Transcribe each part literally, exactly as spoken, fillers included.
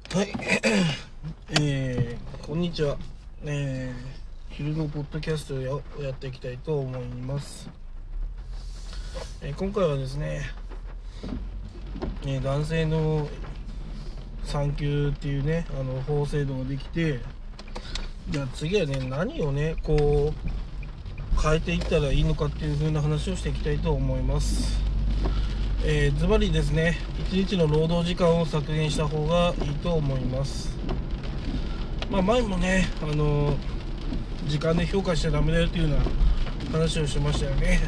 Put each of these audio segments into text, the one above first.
はい、えー、こんにちは。えー、昼のポッドキャストをやっていきたいと思います。えー、今回はですね、えー、男性の産休っていうね、あの法制度ができて、じゃあ次はね、何をね、こう変えていったらいいのかっていう風な話をしていきたいと思います。えー、ズバリですね、いちにちの労働時間を削減した方がいいと思います。まあ前もね、あのー時間で評価しちゃダメだよというような話をしましたよね。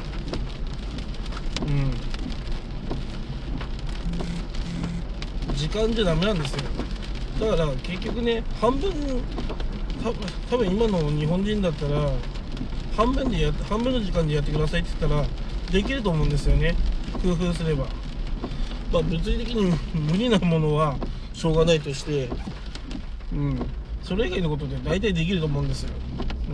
うん、時間じゃダメなんですよ。だから結局ね、半分、多分今の日本人だったら半分でや半分の時間でやってくださいって言ったらできると思うんですよね、工夫すれば。まあ、物理的に無理なものはしょうがないとして、うん、それ以外のことで大体できると思うんですよ。うん、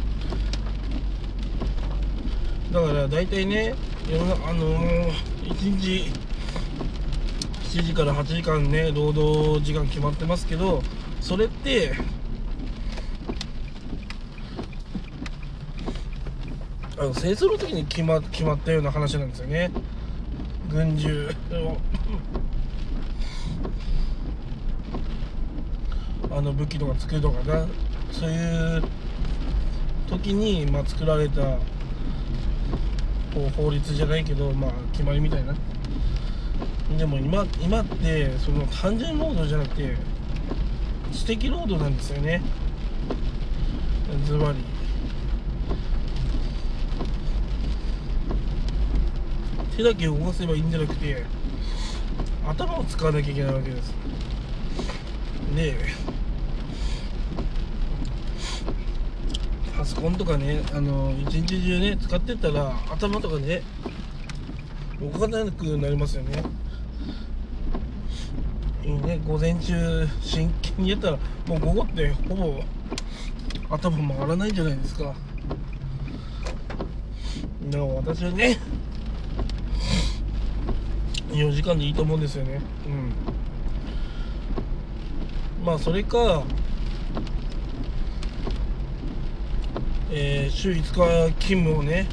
だから大体ね、世の中あのー、いちにちしちじからはちじかんね、労働時間決まってますけど、それってあの戦争の時に決ま決まったような話なんですよね。軍需をあの武器とか作るとかな、そういう時に、まあ、作られたこう法律じゃないけど、まあ、決まりみたいな。でも今今ってその単純労働じゃなくて知的労働なんですよね、ズバリ。手だけ動かせばいいんじゃなくて頭を使わなきゃいけないわけです。でパソコンとかね、あの一日中ね使ってったら頭とかね動かなくなりますよね。いいね、午前中真剣にやったらもう午後ってほぼ頭回らないんじゃないですか。でも私はねよじかんでいいと思うんですよね。うん、まあそれか、えー、週いつか勤務をね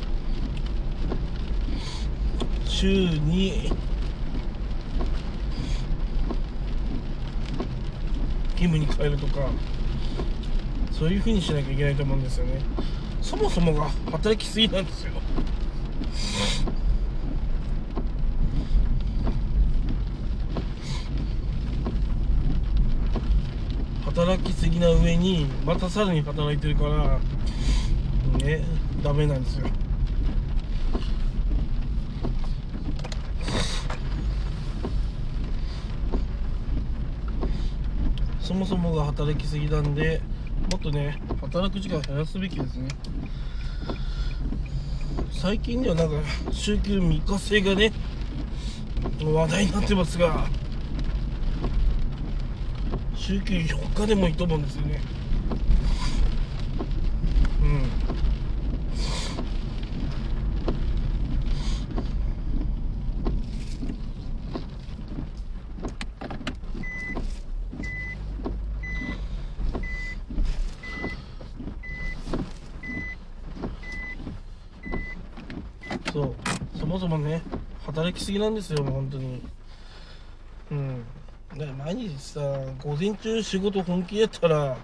週に義務に変えるとか、そういう風にしなきゃいけないと思うんですよね。そもそもが働きすぎなんですよ。働きすぎな上にまたさらに働いてるからね、ダメなんですよ。そもそもが働きすぎなんで、もっとね働く時間を減らすべきですね。最近ではなんか週休みっか制がね話題になってますが、週休よっかでもいいと思うんですよね。うん、そう、そもそもね働きすぎなんですよ、本当に。うん、だから毎日さ午前中仕事本気やったら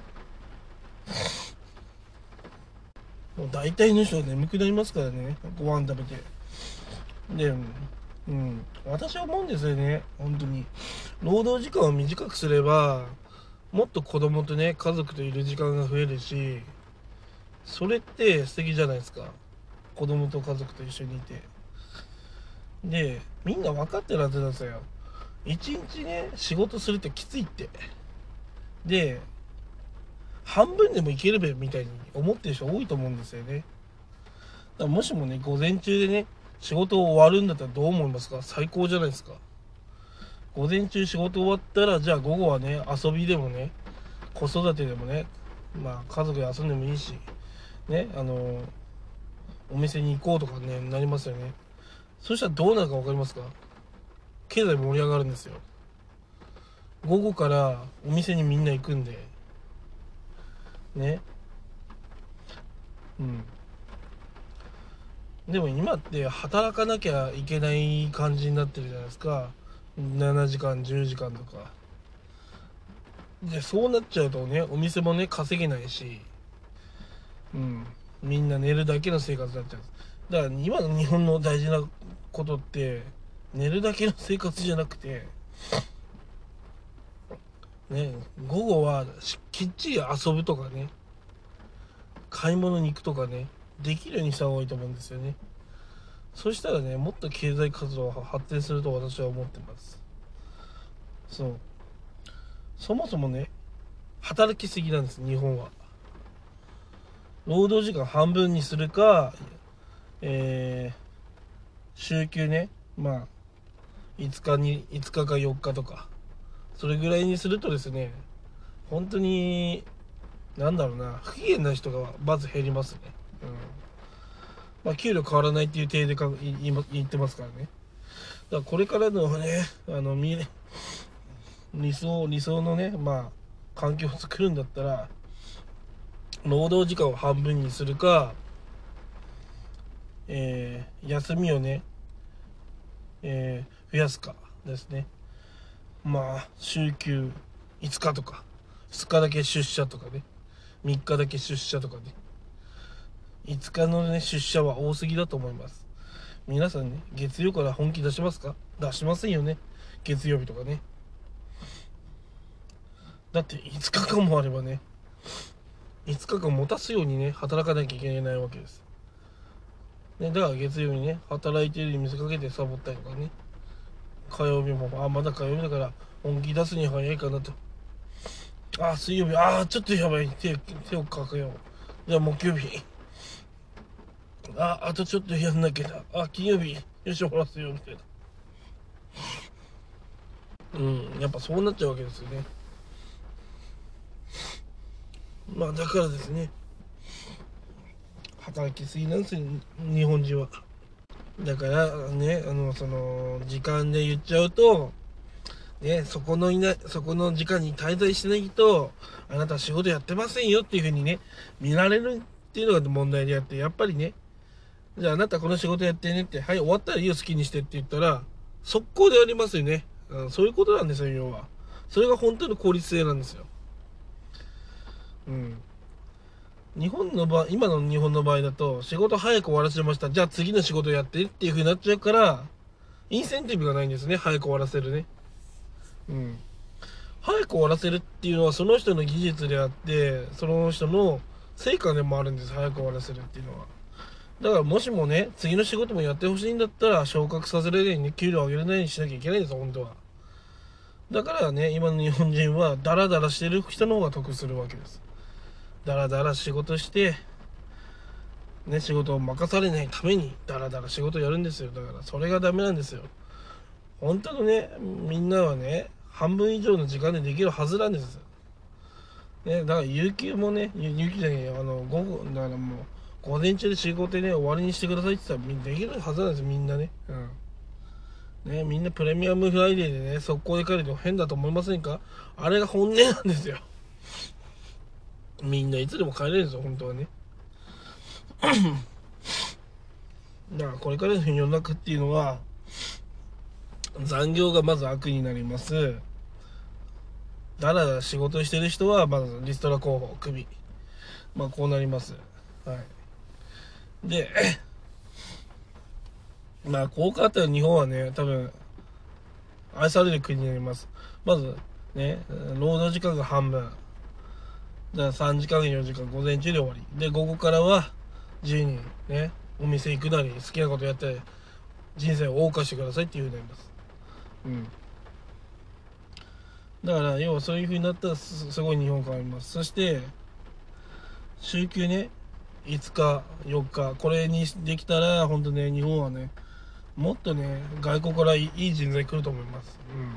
もう大体の人は眠くなりますからね、ご飯食べて。で、うん、私は思うんですよね、本当に。労働時間を短くすればもっと子供とね家族といる時間が増えるし、それって素敵じゃないですか。子供と家族と一緒にいて、でみんな分かってるはずなんですよ。一日ね仕事するってきついって。で半分でもいけるべみたいに思ってる人多いと思うんですよね。だからもしもね午前中でね仕事終わるんだったらどう思いますか？最高じゃないですか。午前中仕事終わったら、じゃあ午後はね遊びでもね子育てでもね、まあ家族で遊んでもいいしね、あのお店に行こうとかねなりますよね。そしたらどうなるか分かりますか？経済盛り上がるんですよ。 午後からお店にみんな行くんでね。うんでも今って働かなきゃいけない感じになってるじゃないですか。しちじかんじゅうじかんとかで、そうなっちゃうとね、お店もね稼げないし、うんみんな寝るだけの生活になっちゃうんです。だから今の日本の大事なことって寝るだけの生活じゃなくてね、午後はきっちり遊ぶとかね、買い物に行くとかね、できるようにした方がいいと思うんですよね。そしたらね、もっと経済活動が発展すると私は思ってます。そう。そもそもね、働きすぎなんです、日本は。労働時間半分にするか、えー、週休ね、まあ、いつかに、いつかかよっかとか、それぐらいにするとですね、本当に、なんだろうな、不機嫌な人がまず減りますね。うん。まあ、給料変わらないっていう体でか言言ってますからね。だからこれからのね、あの、見理想、理想のね、まあ、環境を作るんだったら、労働時間を半分にするか、えー休みをね、えー増やすかですね。まあ週休いつかとかふつかだけ出社とかね、みっかだけ出社とかね、いつかのね出社は多すぎだと思います。皆さんね、月曜から本気出しますか？出しませんよね、月曜日とかね。だっていつかかんもあればね、いつかかん持たすようにね働かなきゃいけないわけです、ね、だから月曜にね働いてるに見せかけてサボったりとかね、火曜日もあまだ火曜日だから本気出すに早いかなと、あ水曜日あちょっとやばい、手手をかけよう、じゃあ木曜日ああとちょっとやんなきゃだ、あ金曜日よし終わらせようみたいな。うんやっぱそうなっちゃうわけですよね。まあだからですね、働きすぎなんですよ日本人は。だからね、あのその時間で言っちゃうとね、そこのいないそこの時間に滞在しないとあなた仕事やってませんよっていう風にね見られるっていうのが問題であって、やっぱりね、じゃああなたこの仕事やってねって、はい終わったらいいよ好きにしてって言ったら速攻でありますよね、うん、そういうことなんですよ要は。それが本当の効率性なんですよ。うん日本の場合、今の日本の場合だと仕事早く終わらせました、じゃあ次の仕事やってっていう風になっちゃうから、インセンティブがないんですね、早く終わらせるね。うん早く終わらせるっていうのはその人の技術であって、その人の成果でもあるんです、早く終わらせるっていうのは。だからもしもね次の仕事もやってほしいんだったら昇格させられるように、ね、給料上げれないようにしなきゃいけないんですよ本当は。だからね今の日本人はダラダラしてる人の方が得するわけです。ダラダラ仕事してね、仕事を任されないためにダラダラ仕事やるんですよ。だからそれがダメなんですよ。本当のねみんなはね半分以上の時間でできるはずなんです。ね、だから有給もね、有給じゃねえよ、あの、午後、だからもう、午前中で仕事でね、終わりにしてくださいって言ったら、みんなできるはずなんですよ、みんなね。うん。ね、みんなプレミアムフライデーでね、速攻で帰るの変だと思いませんか？あれが本音なんですよ。みんないつでも帰れるんですよ、本当はね。だからこれからの世の中っていうのは、残業がまず悪になります。だらだら仕事してる人は、まずリストラ候補、クビ。まあこうなります。はい。で、まあこう変わったら日本はね多分愛される国になります。まずね労働時間が半分、じゃあさんじかんよじかん午前中で終わりで、午後からは自由にねお店行くなり好きなことやって人生を謳歌してくださいっていう風になります。うんだから要はそういう風になったらすすごい日本変わります。そして週休ねいつかよっかこれにできたら本当ね日本はねもっとね外国からいい人材来ると思います。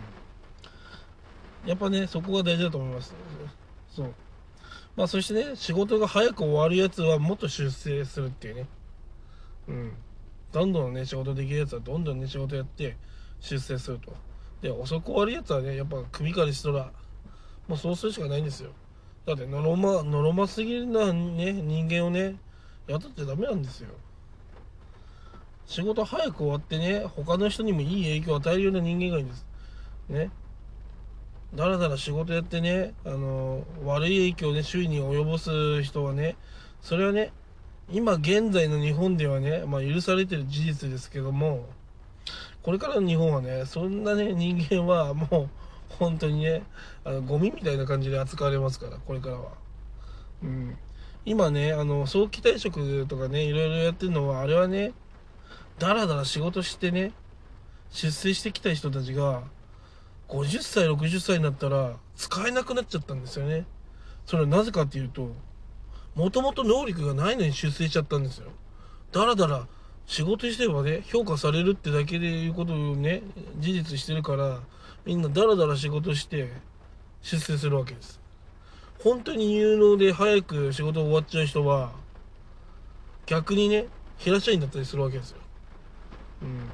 うんやっぱねそこが大事だと思います。そうまあそしてね仕事が早く終わるやつはもっと出世するっていうね。うんどんどんね仕事できるやつはどんどんね仕事やって出世すると。 で遅く終わるやつはねやっぱ首からしとらもうそうするしかないんですよ。だってのろまのろますぎるな、ね、人間をね雇っちゃダメなんですよ。仕事早く終わってね他の人にもいい影響を与えるような人間がいいんですね。だらだら仕事やってねあの悪い影響をね周囲に及ぼす人はねそれはね今現在の日本ではね、まあ、許されてる事実ですけども、これからの日本はねそんなね人間はもう本当にねあのゴミみたいな感じで扱われますからこれからは。うん、今ねあの早期退職とかねいろいろやってるのはあれはねだらだら仕事してね出世してきた人たちがごじゅっさいろくじゅっさいになったら使えなくなっちゃったんですよね。それはなぜかっていうともともと能力がないのに出世しちゃったんですよ。だらだら仕事してればね評価されるってだけでいうことをね事実してるからみんなだらだら仕事して出世するわけです。本当に有能で早く仕事終わっちゃう人は逆にね平社員だったりするわけですよ。うん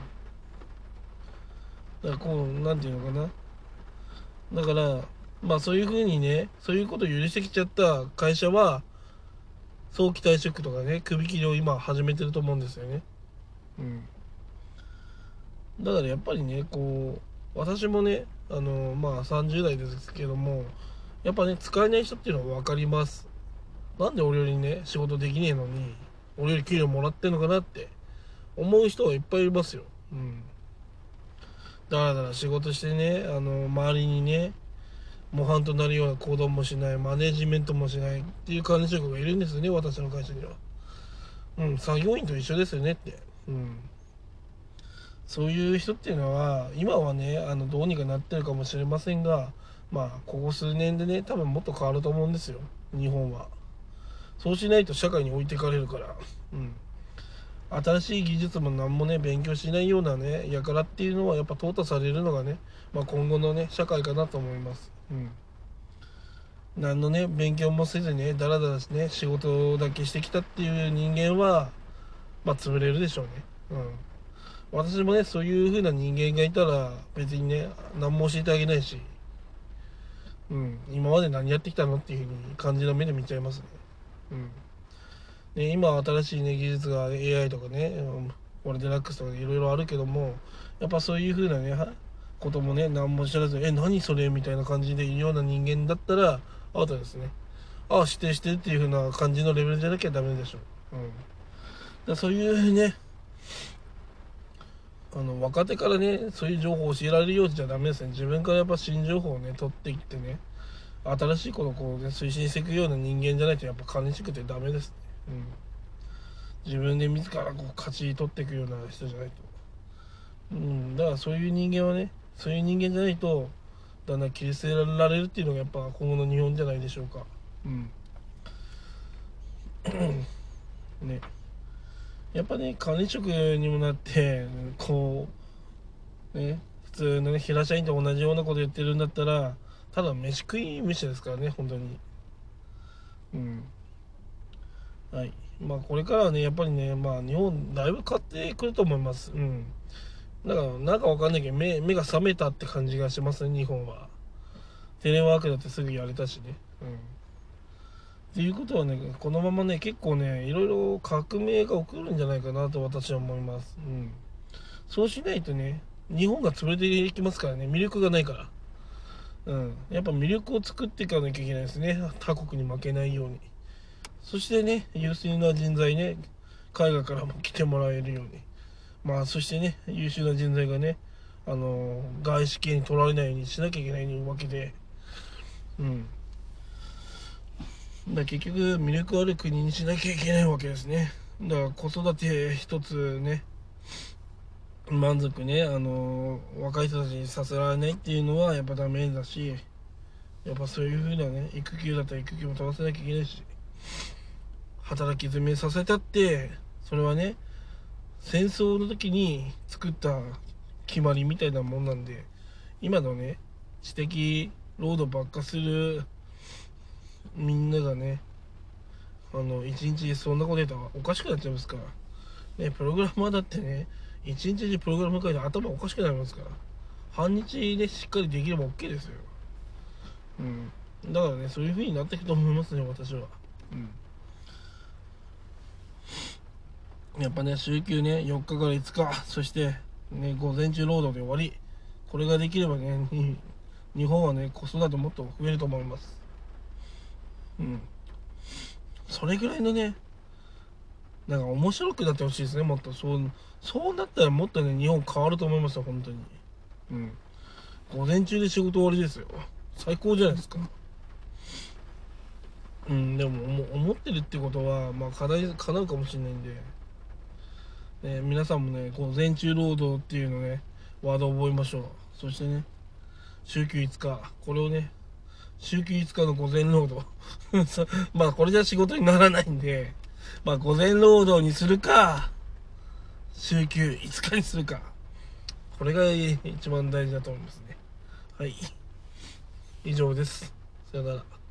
だからこうなんていうのかな、だからまあそういうふうにねそういうことを許してきちゃった会社は早期退職とかね首切りを今始めてると思うんですよね。うんだからやっぱりねこう私もねあのまあさんじゅう代ですけどもやっぱね使えない人っていうのは分かります。なんで俺よりね仕事できねえのに俺より給料もらってんのかなって思う人はいっぱいいますよ。うんだらだら仕事してねあの周りにね模範となるような行動もしないマネジメントもしないっていう管理職がいるんですよね私の会社には。うん作業員と一緒ですよねって。うんそういう人っていうのは今はねあのどうにかなってるかもしれませんがまあここ数年でね多分もっと変わると思うんですよ日本は。そうしないと社会に置いていかれるから、うん、新しい技術も何もね勉強しないようなね輩っていうのはやっぱ淘汰されるのがね、まあ、今後のね社会かなと思います。うん何のね勉強もせずねだらだらね仕事だけしてきたっていう人間はまあ潰れるでしょうね。うん私もねそういう風な人間がいたら別にね何も教えてあげないし、うん、今まで何やってきたのっていう風に感じの目で見ちゃいますね。うんで今は新しい、ね、技術が エーアイ とかね俺デラックスとかいろいろあるけどもやっぱそういう風なねこともね何も知らずえ何それみたいな感じでいるような人間だったらアウトですね。ああ指定してるっていう風な感じのレベルじゃなきゃダメでしょう。うん、だそういうねあの若手からねそういう情報を教えられるようじゃダメですね。自分からやっぱ新情報をね取っていってね新しいことをこう、ね、推進していくような人間じゃないとやっぱ管理職ってダメですね。うん自分で自らこう勝ち取っていくような人じゃないと。うんだからそういう人間はねそういう人間じゃないとだんだん切り捨てられるっていうのがやっぱ今後の日本じゃないでしょうか。うんねやっぱね管理職にもなってこうね普通のね平社員と同じようなこと言ってるんだったらただ飯食い飯ですからね本当に。うんはいまあこれからはねやっぱりねまあ日本だいぶ変わってくると思います。うんだからなんかわかんないけど目目が覚めたって感じがしますね日本は。テレワークだってすぐやれたしね。うんっていうことはねこのままね結構ねいろいろ革命が起こるんじゃないかなと私は思います。うんそうしないとね日本が潰れていきますからね魅力がないから。うんやっぱ魅力を作っていかなきゃいけないですね他国に負けないように。そしてね優秀な人材ね海外からも来てもらえるようにまあそしてね優秀な人材がねあの外資系に取られないようにしなきゃいけないわけで。うんだ結局魅力ある国にしなきゃいけないわけですね。だから子育て一つね満足ねあの若い人たちにさせられないっていうのはやっぱダメだしやっぱそういう風なね育休だったら育休も取らせなきゃいけないし働き詰めさせたってそれはね戦争の時に作った決まりみたいなもんなんで今のね知的労働ばっかするみんながねあの一日そんなこと言ったらおかしくなっちゃいますからね。プログラマーだってね一日中プログラム書いて頭おかしくなりますから半日でしっかりできれば OK ですよ。うんだからね、そういう風になっていくと思いますね、私は。うんやっぱね、週休ねよっかからいつか、そしてね午前中労働で終わり、これができればねに日本はね子育てもっと増えると思います。うんそれぐらいのね、なんか面白くなってほしいですね。もっとそうそうなったらもっとね日本変わると思いますよ、本当に。うん午前中で仕事終わりですよ。最高じゃないですか。うんでも思思ってるってことはまあ課題叶うかもしれないんで、ね、皆さんもね午前中労働っていうのねワードを覚えましょう。そしてね週休いつか、これをね週休いつかの午前労働まあこれじゃ仕事にならないんで、まあ午前労働にするか週休いつかにするか、これが一番大事だと思いますね。はい以上です。さよなら。